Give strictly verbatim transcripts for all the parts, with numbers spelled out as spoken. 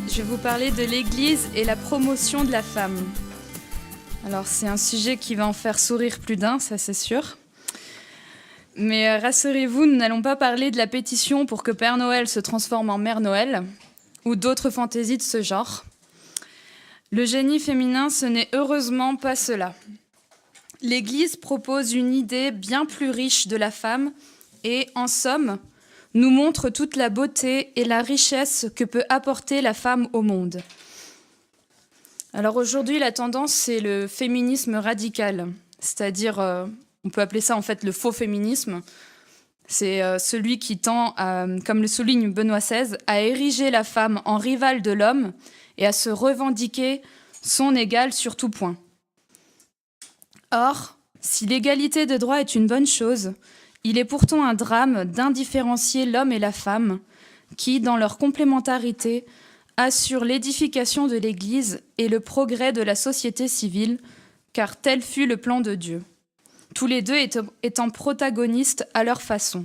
je vais vous parler de l'Église et la promotion de la femme. Alors c'est un sujet qui va en faire sourire plus d'un, ça c'est sûr. Mais euh, rassurez-vous, nous n'allons pas parler de la pétition pour que Père Noël se transforme en Mère Noël ou d'autres fantaisies de ce genre. Le génie féminin, ce n'est heureusement pas cela. L'Église propose une idée bien plus riche de la femme et, en somme, nous montre toute la beauté et la richesse que peut apporter la femme au monde. Alors aujourd'hui, la tendance, c'est le féminisme radical, c'est-à-dire, euh, on peut appeler ça en fait le faux féminisme. C'est euh, celui qui tend, à, comme le souligne Benoît seize, à ériger la femme en rivale de l'homme et à se revendiquer son égal sur tout point. Or, si l'égalité de droit est une bonne chose, il est pourtant un drame d'indifférencier l'homme et la femme qui, dans leur complémentarité, assurent l'édification de l'Église et le progrès de la société civile, car tel fut le plan de Dieu, tous les deux étant protagonistes à leur façon.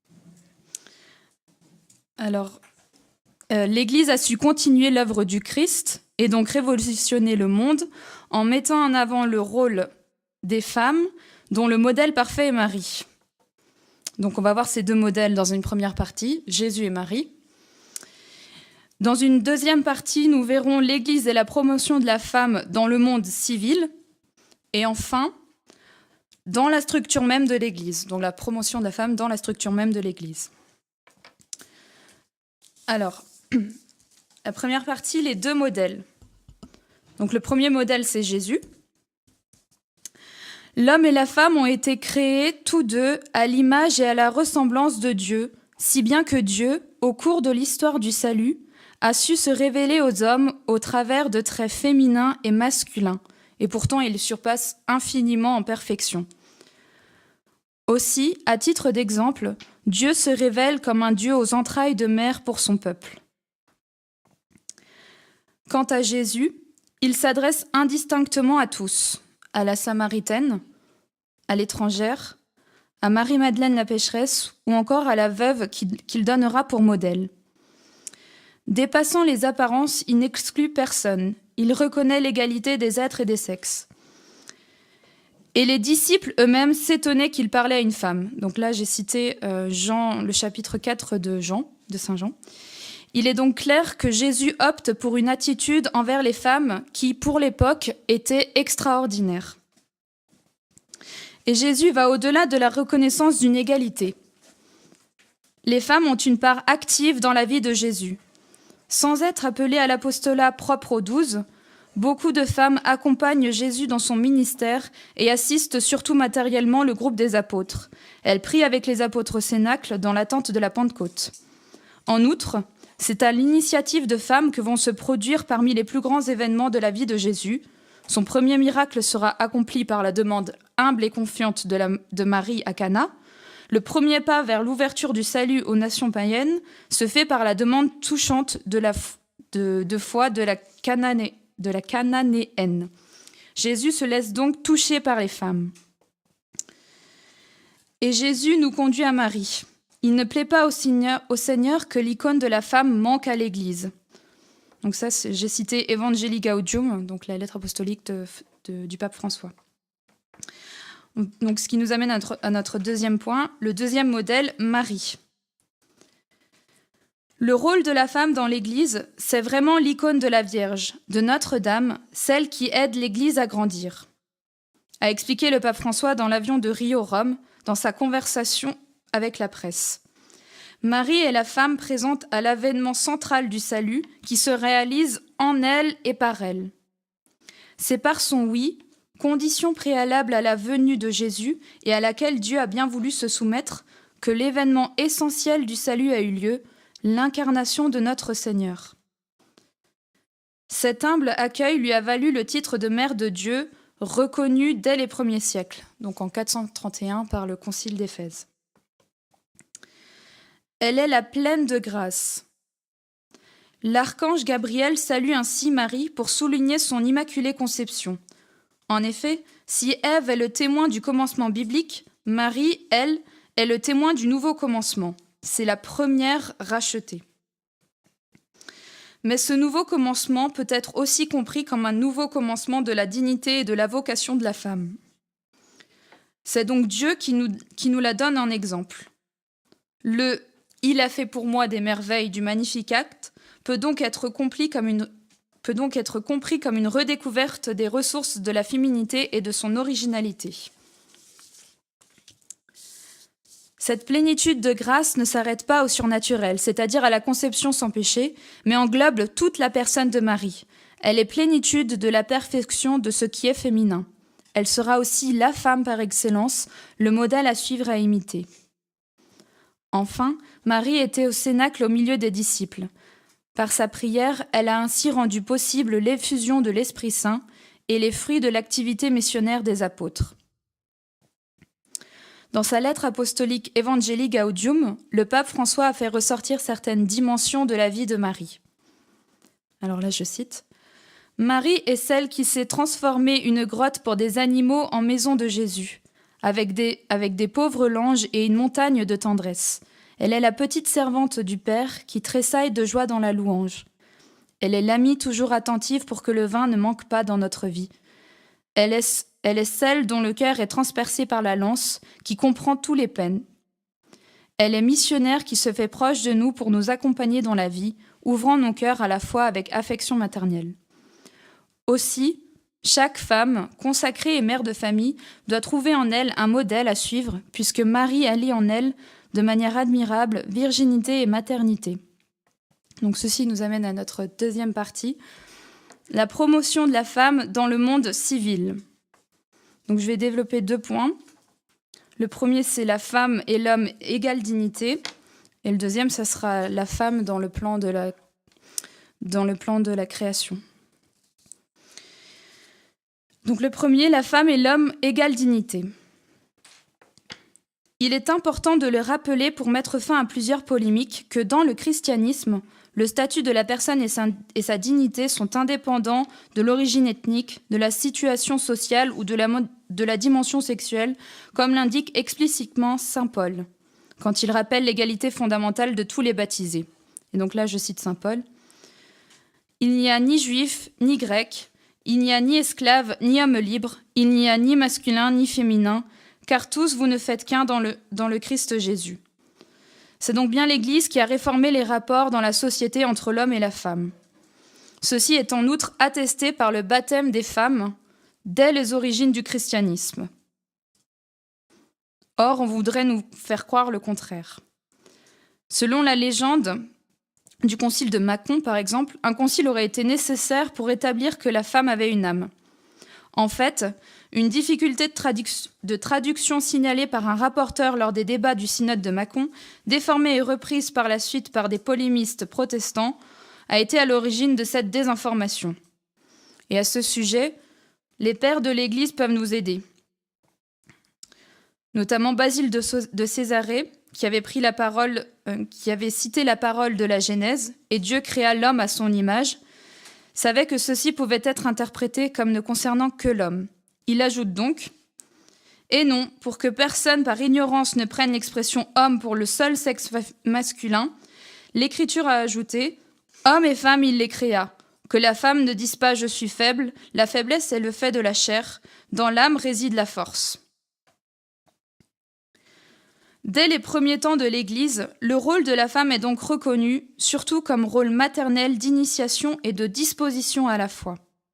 Alors, euh, l'Église a su continuer l'œuvre du Christ et donc révolutionner le monde en mettant en avant le rôle des femmes, dont le modèle parfait est Marie. Donc on va voir ces deux modèles dans une première partie, Jésus et Marie. Dans une deuxième partie, nous verrons l'Église et la promotion de la femme dans le monde civil. Et enfin, dans la structure même de l'Église, donc la promotion de la femme dans la structure même de l'Église. Alors, la première partie, les deux modèles. Donc le premier modèle, c'est Jésus. L'homme et la femme ont été créés tous deux à l'image et à la ressemblance de Dieu, si bien que Dieu, au cours de l'histoire du salut, a su se révéler aux hommes au travers de traits féminins et masculins, et pourtant il surpasse infiniment en perfection. Aussi, à titre d'exemple, Dieu se révèle comme un Dieu aux entrailles de mer pour son peuple. Quant à Jésus, il s'adresse indistinctement à tous, à la Samaritaine, à l'étrangère, à Marie-Madeleine la pécheresse ou encore à la veuve qu'il donnera pour modèle. Dépassant les apparences, il n'exclut personne. Il reconnaît l'égalité des êtres et des sexes. Et les disciples eux-mêmes s'étonnaient qu'il parlait à une femme. Donc là, j'ai cité euh, Jean, le chapitre quatre de Jean, de Saint Jean. Il est donc clair que Jésus opte pour une attitude envers les femmes qui, pour l'époque, était extraordinaire. Et Jésus va au-delà de la reconnaissance d'une égalité. Les femmes ont une part active dans la vie de Jésus. Sans être appelées à l'apostolat propre aux douze, beaucoup de femmes accompagnent Jésus dans son ministère et assistent surtout matériellement le groupe des apôtres. Elles prient avec les apôtres au Cénacle dans l'attente de la Pentecôte. En outre, c'est à l'initiative de femmes que vont se produire parmi les plus grands événements de la vie de Jésus. Son premier miracle sera accompli par la demande humble et confiante de, la, de Marie à Cana. Le premier pas vers l'ouverture du salut aux nations païennes se fait par la demande touchante de, la, de, de foi de la, Canané, de la Cananéenne. Jésus se laisse donc toucher par les femmes. Et Jésus nous conduit à Marie. Il ne plaît pas au Seigneur, au Seigneur que l'icône de la femme manque à l'Église. Donc ça, j'ai cité Evangelii Gaudium, donc la lettre apostolique de, de, du pape François. Donc ce qui nous amène à notre, à notre deuxième point, le deuxième modèle, Marie. Le rôle de la femme dans l'Église, c'est vraiment l'icône de la Vierge, de Notre-Dame, celle qui aide l'Église à grandir. A expliqué le pape François dans l'avion de Rio-Rome, dans sa conversation avec la presse. Marie est la femme présente à l'avènement central du salut qui se réalise en elle et par elle. C'est par son oui, condition préalable à la venue de Jésus et à laquelle Dieu a bien voulu se soumettre, que l'événement essentiel du salut a eu lieu, l'incarnation de notre Seigneur. Cet humble accueil lui a valu le titre de Mère de Dieu, reconnu dès les premiers siècles, donc en quatre cent trente et un par le Concile d'Éphèse. Elle est la pleine de grâce. L'archange Gabriel salue ainsi Marie pour souligner son immaculée conception. En effet, si Ève est le témoin du commencement biblique, Marie, elle, est le témoin du nouveau commencement. C'est la première rachetée. Mais ce nouveau commencement peut être aussi compris comme un nouveau commencement de la dignité et de la vocation de la femme. C'est donc Dieu qui nous, qui nous la donne en exemple. Le « il a fait pour moi des merveilles » du Magnificat peut donc être compris comme une, peut donc être compris comme une redécouverte des ressources de la féminité et de son originalité. Cette plénitude de grâce ne s'arrête pas au surnaturel, c'est-à-dire à la conception sans péché, mais englobe toute la personne de Marie. Elle est plénitude de la perfection de ce qui est féminin. Elle sera aussi la femme par excellence, le modèle à suivre et à imiter. Enfin, Marie était au cénacle au milieu des disciples. Par sa prière, elle a ainsi rendu possible l'effusion de l'Esprit Saint et les fruits de l'activité missionnaire des apôtres. Dans sa lettre apostolique Evangelii Gaudium, le pape François a fait ressortir certaines dimensions de la vie de Marie. Alors là, je cite « Marie est celle qui s'est transformée une grotte pour des animaux en maison de Jésus, avec des, avec des pauvres langes et une montagne de tendresse. Elle est la petite servante du Père qui tressaille de joie dans la louange. Elle est l'amie toujours attentive pour que le vin ne manque pas dans notre vie. Elle est, elle est celle dont le cœur est transpercé par la lance, qui comprend tous les peines. Elle est missionnaire qui se fait proche de nous pour nous accompagner dans la vie, ouvrant nos cœurs à la fois avec affection maternelle. Aussi, chaque femme, consacrée et mère de famille, doit trouver en elle un modèle à suivre, puisque Marie allie en elle, de manière admirable, virginité et maternité. » Donc ceci nous amène à notre deuxième partie, la promotion de la femme dans le monde civil. Donc je vais développer deux points. Le premier, c'est la femme et l'homme égale dignité. Et le deuxième, ça sera la femme dans le plan de la, dans le plan de la création. Donc le premier, la femme et l'homme égale dignité. Il est important de le rappeler pour mettre fin à plusieurs polémiques que dans le christianisme, le statut de la personne et sa, et sa dignité sont indépendants de l'origine ethnique, de la situation sociale ou de la, de la dimension sexuelle, comme l'indique explicitement saint Paul, quand il rappelle l'égalité fondamentale de tous les baptisés. Et donc là, je cite saint Paul. « Il n'y a ni juif, ni grec, il n'y a ni esclave, ni homme libre, il n'y a ni masculin, ni féminin, car tous vous ne faites qu'un dans le, dans le Christ Jésus. » C'est donc bien l'Église qui a réformé les rapports dans la société entre l'homme et la femme. Ceci est en outre attesté par le baptême des femmes dès les origines du christianisme. Or, on voudrait nous faire croire le contraire. Selon la légende du concile de Mâcon, par exemple, un concile aurait été nécessaire pour établir que la femme avait une âme. En fait, une difficulté de, traduc- de traduction signalée par un rapporteur lors des débats du synode de Mâcon, déformée et reprise par la suite par des polémistes protestants, a été à l'origine de cette désinformation. Et à ce sujet, les pères de l'Église peuvent nous aider. Notamment Basile de, so- de Césarée, qui avait, pris la parole, euh, qui avait cité la parole de la Genèse, et Dieu créa l'homme à son image, savait que ceci pouvait être interprété comme ne concernant que l'homme. Il ajoute donc « Et non, pour que personne par ignorance ne prenne l'expression « homme » pour le seul sexe masculin, l'Écriture a ajouté « Homme et femme, il les créa. Que la femme ne dise pas « je suis faible », la faiblesse est le fait de la chair, dans l'âme réside la force. » Dès les premiers temps de l'Église, le rôle de la femme est donc reconnu, surtout comme rôle maternel d'initiation et de disposition à la foi.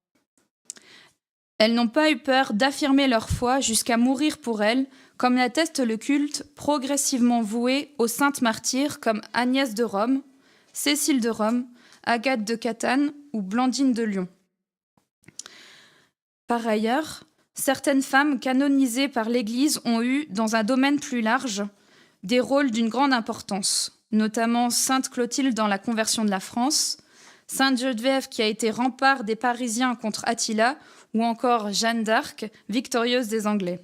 Elles n'ont pas eu peur d'affirmer leur foi jusqu'à mourir pour elle, comme l'atteste le culte progressivement voué aux saintes martyrs comme Agnès de Rome, Cécile de Rome, Agathe de Catane ou Blandine de Lyon. Par ailleurs, certaines femmes canonisées par l'Église ont eu, dans un domaine plus large, des rôles d'une grande importance, notamment Sainte Clotilde dans la conversion de la France, Sainte Geneviève qui a été rempart des Parisiens contre Attila, ou encore Jeanne d'Arc, victorieuse des Anglais.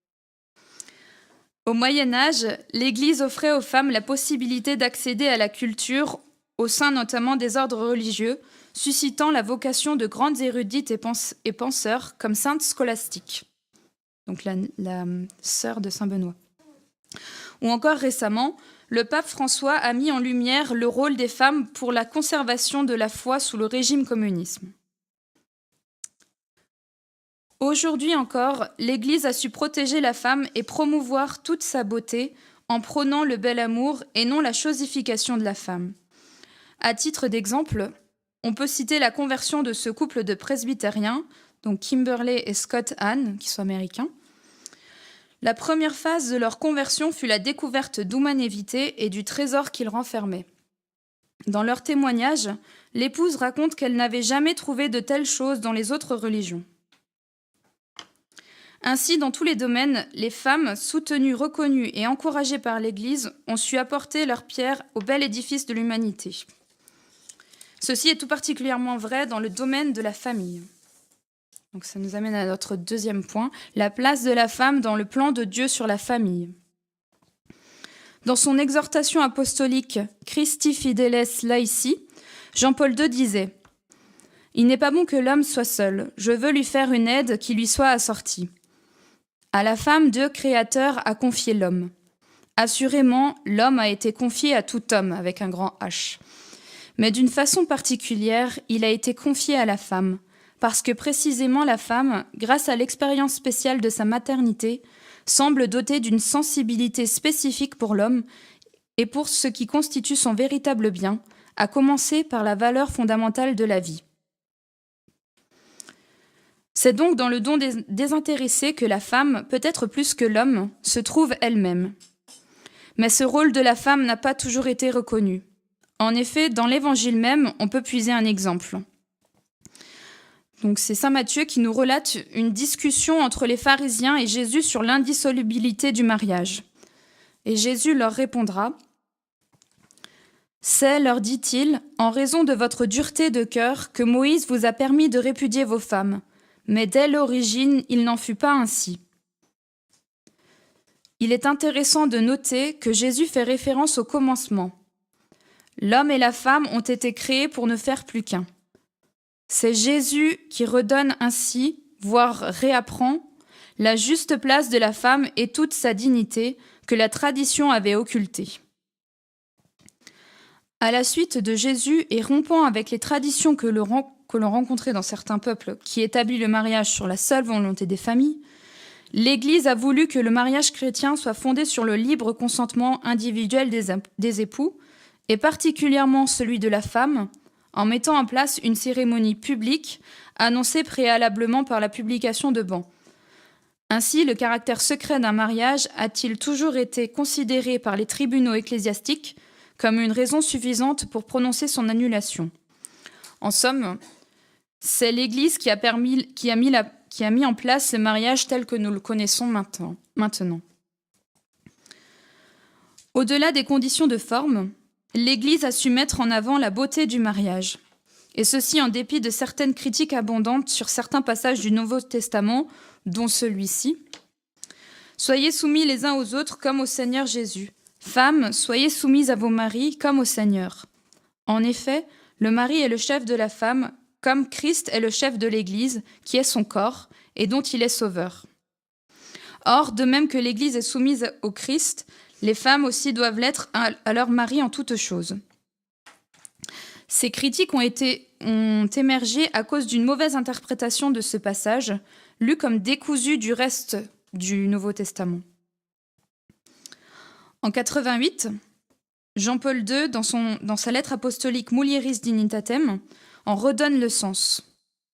Au Moyen-Âge, l'Église offrait aux femmes la possibilité d'accéder à la culture, au sein notamment des ordres religieux, suscitant la vocation de grandes érudites et, pense- et penseurs comme Sainte Scolastique, donc la, la sœur de Saint Benoît. Ou encore récemment, le pape François a mis en lumière le rôle des femmes pour la conservation de la foi sous le régime communisme. Aujourd'hui encore, l'Église a su protéger la femme et promouvoir toute sa beauté en prônant le bel amour et non la chosification de la femme. À titre d'exemple, on peut citer la conversion de ce couple de presbytériens, donc Kimberly et Scott Hahn, qui sont américains. La première phase de leur conversion fut la découverte d'humanité et du trésor qu'ils renfermaient. Dans leur témoignage, l'épouse raconte qu'elle n'avait jamais trouvé de telles choses dans les autres religions. Ainsi, dans tous les domaines, les femmes, soutenues, reconnues et encouragées par l'Église, ont su apporter leur pierre au bel édifice de l'humanité. Ceci est tout particulièrement vrai dans le domaine de la famille. Donc ça nous amène à notre deuxième point, la place de la femme dans le plan de Dieu sur la famille. Dans son exhortation apostolique Christi Fideles Laici, Jean-Paul deux disait « Il n'est pas bon que l'homme soit seul, je veux lui faire une aide qui lui soit assortie. À la femme, Dieu créateur a confié l'homme. Assurément, l'homme a été confié à tout homme, avec un grand H. Mais d'une façon particulière, il a été confié à la femme, parce que précisément la femme, grâce à l'expérience spéciale de sa maternité, semble dotée d'une sensibilité spécifique pour l'homme et pour ce qui constitue son véritable bien, à commencer par la valeur fondamentale de la vie. C'est donc dans le don désintéressé que la femme, peut-être plus que l'homme, se trouve elle-même. Mais ce rôle de la femme n'a pas toujours été reconnu. En effet, dans l'Évangile même, on peut puiser un exemple. Donc c'est saint Matthieu qui nous relate une discussion entre les pharisiens et Jésus sur l'indissolubilité du mariage. Et Jésus leur répondra « C'est, leur dit-il, en raison de votre dureté de cœur que Moïse vous a permis de répudier vos femmes, mais dès l'origine, il n'en fut pas ainsi. » Il est intéressant de noter que Jésus fait référence au commencement. L'homme et la femme ont été créés pour ne faire plus qu'un. C'est Jésus qui redonne ainsi, voire réapprend, la juste place de la femme et toute sa dignité que la tradition avait occultée. À la suite de Jésus et rompant avec les traditions que, le, que l'on rencontrait dans certains peuples qui établissent le mariage sur la seule volonté des familles, l'Église a voulu que le mariage chrétien soit fondé sur le libre consentement individuel des, des époux, et particulièrement celui de la femme, en mettant en place une cérémonie publique annoncée préalablement par la publication de bans. Ainsi, le caractère secret d'un mariage a-t-il toujours été considéré par les tribunaux ecclésiastiques comme une raison suffisante pour prononcer son annulation. En somme, c'est l'Église qui a, permis, qui a, mis, la, qui a mis en place le mariage tel que nous le connaissons maintenant. maintenant. Au-delà des conditions de forme, l'Église a su mettre en avant la beauté du mariage, et ceci en dépit de certaines critiques abondantes sur certains passages du Nouveau Testament, dont celui-ci. « Soyez soumis les uns aux autres comme au Seigneur Jésus. Femmes, soyez soumises à vos maris comme au Seigneur. En effet, le mari est le chef de la femme, comme Christ est le chef de l'Église, qui est son corps, et dont il est sauveur. Or, de même que l'Église est soumise au Christ, les femmes aussi doivent l'être à leur mari en toutes choses. » Ces critiques ont, été, ont émergé à cause d'une mauvaise interprétation de ce passage, lu comme décousu du reste du Nouveau Testament. En quatre-vingt-huit, Jean-Paul deux, dans, son, dans sa lettre apostolique Mulieris Dignitatem, en redonne le sens.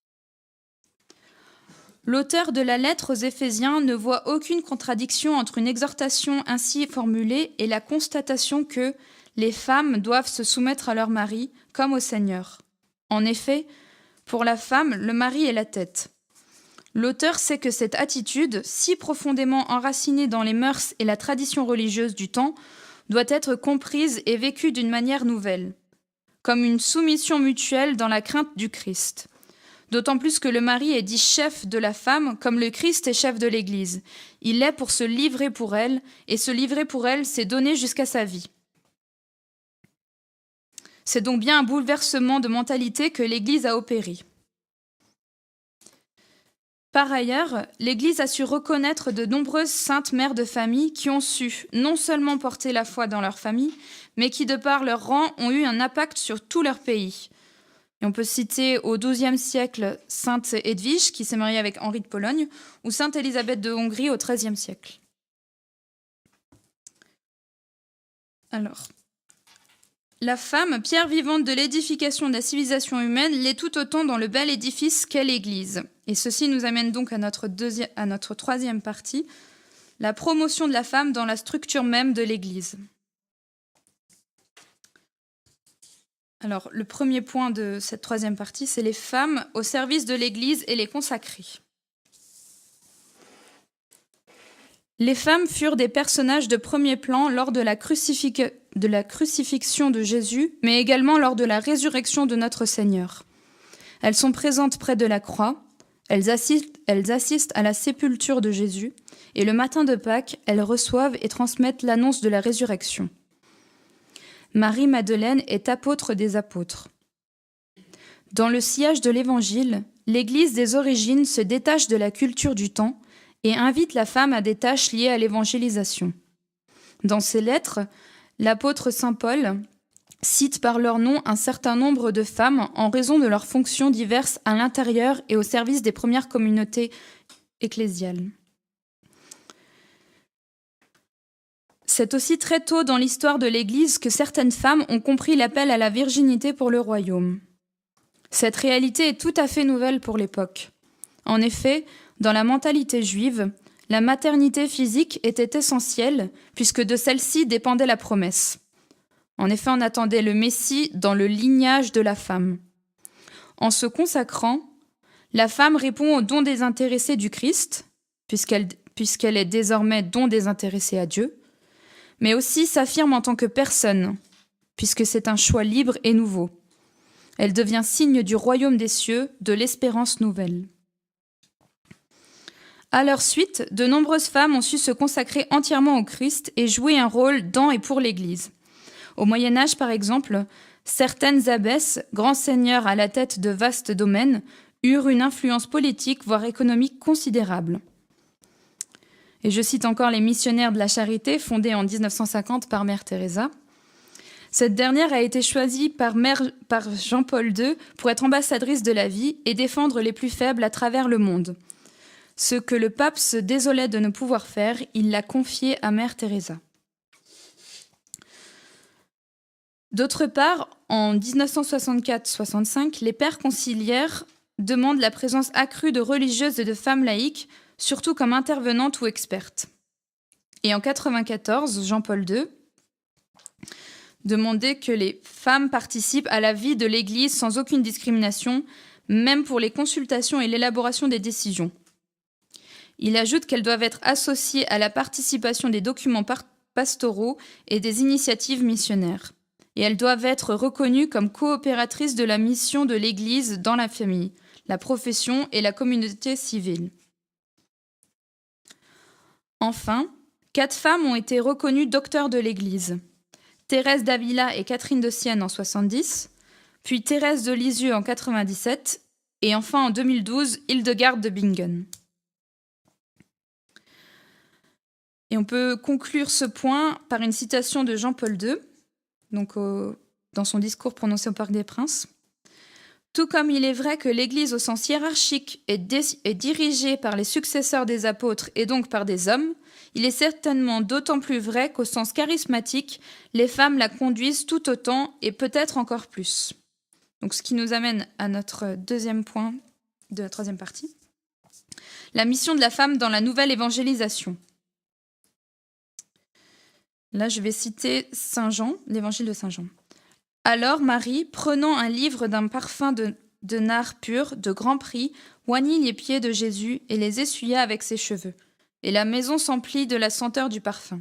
L'auteur de la lettre aux Éphésiens ne voit aucune contradiction entre une exhortation ainsi formulée et la constatation que les femmes doivent se soumettre à leur mari comme au Seigneur. En effet, pour la femme, le mari est la tête. L'auteur sait que cette attitude, si profondément enracinée dans les mœurs et la tradition religieuse du temps, doit être comprise et vécue d'une manière nouvelle, comme une soumission mutuelle dans la crainte du Christ. D'autant plus que le mari est dit chef de la femme, comme le Christ est chef de l'Église. Il est pour se livrer pour elle, et se livrer pour elle, c'est donner jusqu'à sa vie. C'est donc bien un bouleversement de mentalité que l'Église a opéré. Par ailleurs, l'Église a su reconnaître de nombreuses saintes mères de famille qui ont su non seulement porter la foi dans leur famille, mais qui, de par leur rang, ont eu un impact sur tout leur pays. Et on peut citer au douzième siècle sainte Edwige, qui s'est mariée avec Henri de Pologne, ou sainte Élisabeth de Hongrie au treizième siècle. Alors, la femme, pierre vivante de l'édification de la civilisation humaine, l'est tout autant dans le bel édifice qu'est l'Église. Et ceci nous amène donc à notre, deuxième, à notre troisième partie, la promotion de la femme dans la structure même de l'Église. Alors, le premier point de cette troisième partie, c'est les femmes au service de l'Église et les consacrées. Les femmes furent des personnages de premier plan lors de la, crucific... de la crucifixion de Jésus, mais également lors de la résurrection de notre Seigneur. Elles sont présentes près de la croix, elles assistent, elles assistent à la sépulture de Jésus, et le matin de Pâques, elles reçoivent et transmettent l'annonce de la résurrection. Marie-Madeleine est apôtre des apôtres. Dans le sillage de l'Évangile, l'Église des origines se détache de la culture du temps et invite la femme à des tâches liées à l'évangélisation. Dans ses lettres, l'apôtre saint Paul cite par leur nom un certain nombre de femmes en raison de leurs fonctions diverses à l'intérieur et au service des premières communautés ecclésiales. C'est aussi très tôt dans l'histoire de l'Église que certaines femmes ont compris l'appel à la virginité pour le royaume. Cette réalité est tout à fait nouvelle pour l'époque. En effet, dans la mentalité juive, la maternité physique était essentielle puisque de celle-ci dépendait la promesse. En effet, on attendait le Messie dans le lignage de la femme. En se consacrant, la femme répond au don désintéressé du Christ, puisqu'elle, puisqu'elle est désormais don désintéressé à Dieu, mais aussi s'affirme en tant que personne, puisque c'est un choix libre et nouveau. Elle devient signe du royaume des cieux, de l'espérance nouvelle. À leur suite, de nombreuses femmes ont su se consacrer entièrement au Christ et jouer un rôle dans et pour l'Église. Au Moyen-Âge, par exemple, certaines abbesses, grands seigneurs à la tête de vastes domaines, eurent une influence politique, voire économique considérable. Et je cite encore les missionnaires de la charité, fondés en dix-neuf cent cinquante par Mère Teresa. Cette dernière a été choisie par, Mère, par Jean-Paul deux pour être ambassadrice de la vie et défendre les plus faibles à travers le monde. Ce que le pape se désolait de ne pouvoir faire, il l'a confié à Mère Teresa. D'autre part, en dix-neuf cent soixante-quatre soixante-cinq, les pères conciliaires demandent la présence accrue de religieuses et de femmes laïques, surtout comme intervenantes ou expertes. Et en quatre-vingt-quatorze, Jean-Paul deux demandait que les femmes participent à la vie de l'Église sans aucune discrimination, même pour les consultations et l'élaboration des décisions. Il ajoute qu'elles doivent être associées à la participation des documents par- pastoraux et des initiatives missionnaires. Et elles doivent être reconnues comme coopératrices de la mission de l'Église dans la famille, la profession et la communauté civile. Enfin, quatre femmes ont été reconnues docteurs de l'Église. Thérèse d'Avila et Catherine de Sienne en soixante-dix, puis Thérèse de Lisieux en quatre-vingt-dix-sept, et enfin en deux mille douze, Hildegarde de Bingen. Et on peut conclure ce point par une citation de Jean-Paul deux, donc au, dans son discours prononcé au Parc des Princes. Tout comme il est vrai que l'Église au sens hiérarchique est, dé- est dirigée par les successeurs des apôtres et donc par des hommes, il est certainement d'autant plus vrai qu'au sens charismatique, les femmes la conduisent tout autant et peut-être encore plus. Donc, ce qui nous amène à notre deuxième point de la troisième partie, la mission de la femme dans la nouvelle évangélisation. Là, je vais citer Saint Jean, l'évangile de Saint Jean. Alors Marie, prenant un livre d'un parfum de, de nard pur, de grand prix, oignit les pieds de Jésus et les essuya avec ses cheveux. Et la maison s'emplit de la senteur du parfum.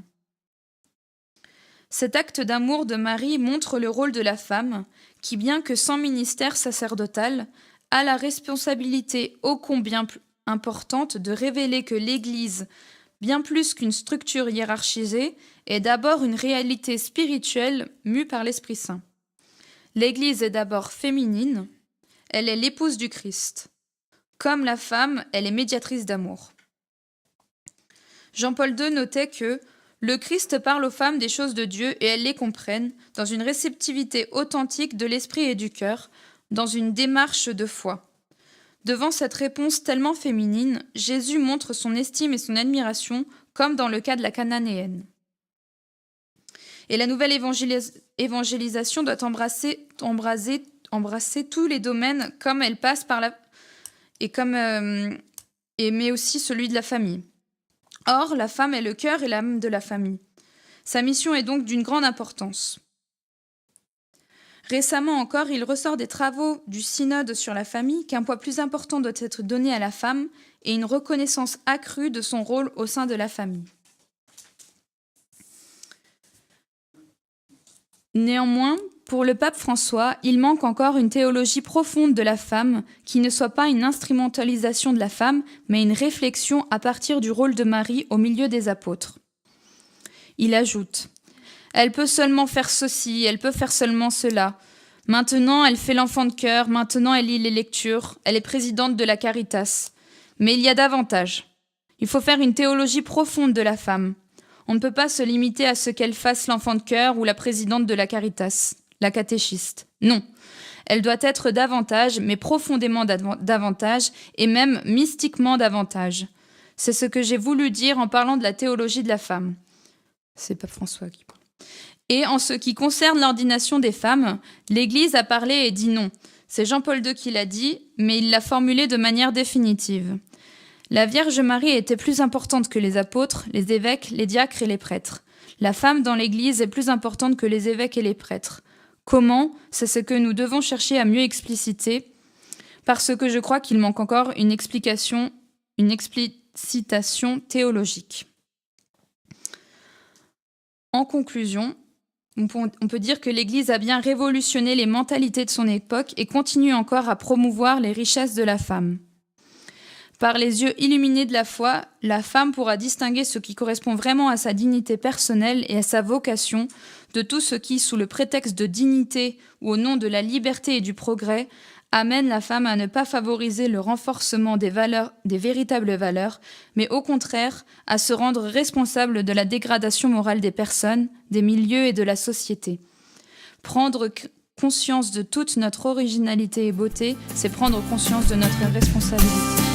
Cet acte d'amour de Marie montre le rôle de la femme, qui, bien que sans ministère sacerdotal, a la responsabilité ô combien importante de révéler que l'Église, bien plus qu'une structure hiérarchisée, est d'abord une réalité spirituelle mue par l'Esprit Saint. L'Église est d'abord féminine, elle est l'épouse du Christ. Comme la femme, elle est médiatrice d'amour. Jean-Paul deux notait que le Christ parle aux femmes des choses de Dieu et elles les comprennent dans une réceptivité authentique de l'esprit et du cœur, dans une démarche de foi. Devant cette réponse tellement féminine, Jésus montre son estime et son admiration, comme dans le cas de la Cananéenne. Et la nouvelle évangélis- évangélisation doit embrasser, embraser, embrasser tous les domaines, comme elle passe par la... et comme euh, et mais aussi celui de la famille. Or, la femme est le cœur et l'âme de la famille. Sa mission est donc d'une grande importance. Récemment encore, il ressort des travaux du synode sur la famille qu'un poids plus important doit être donné à la femme et une reconnaissance accrue de son rôle au sein de la famille. Néanmoins, pour le pape François, il manque encore une théologie profonde de la femme qui ne soit pas une instrumentalisation de la femme, mais une réflexion à partir du rôle de Marie au milieu des apôtres. Il ajoute « Elle peut seulement faire ceci, elle peut faire seulement cela. Maintenant, elle fait l'enfant de cœur, maintenant elle lit les lectures, elle est présidente de la Caritas. Mais il y a davantage. Il faut faire une théologie profonde de la femme. On ne peut pas se limiter à ce qu'elle fasse l'enfant de cœur ou la présidente de la Caritas, la catéchiste. Non, elle doit être davantage, mais profondément davantage, et même mystiquement davantage. C'est ce que j'ai voulu dire en parlant de la théologie de la femme. » C'est pas François qui parle. Et en ce qui concerne l'ordination des femmes, l'Église a parlé et dit non. C'est Jean-Paul deux qui l'a dit, mais il l'a formulé de manière définitive. La Vierge Marie était plus importante que les apôtres, les évêques, les diacres et les prêtres. La femme dans l'Église est plus importante que les évêques et les prêtres. Comment ? C'est ce que nous devons chercher à mieux expliciter, parce que je crois qu'il manque encore une explication, une explicitation théologique. En conclusion, on peut dire que l'Église a bien révolutionné les mentalités de son époque et continue encore à promouvoir les richesses de la femme. Par les yeux illuminés de la foi, la femme pourra distinguer ce qui correspond vraiment à sa dignité personnelle et à sa vocation de tout ce qui, sous le prétexte de dignité ou au nom de la liberté et du progrès, amène la femme à ne pas favoriser le renforcement des valeurs, des véritables valeurs, mais au contraire à se rendre responsable de la dégradation morale des personnes, des milieux et de la société. Prendre conscience de toute notre originalité et beauté, c'est prendre conscience de notre responsabilité.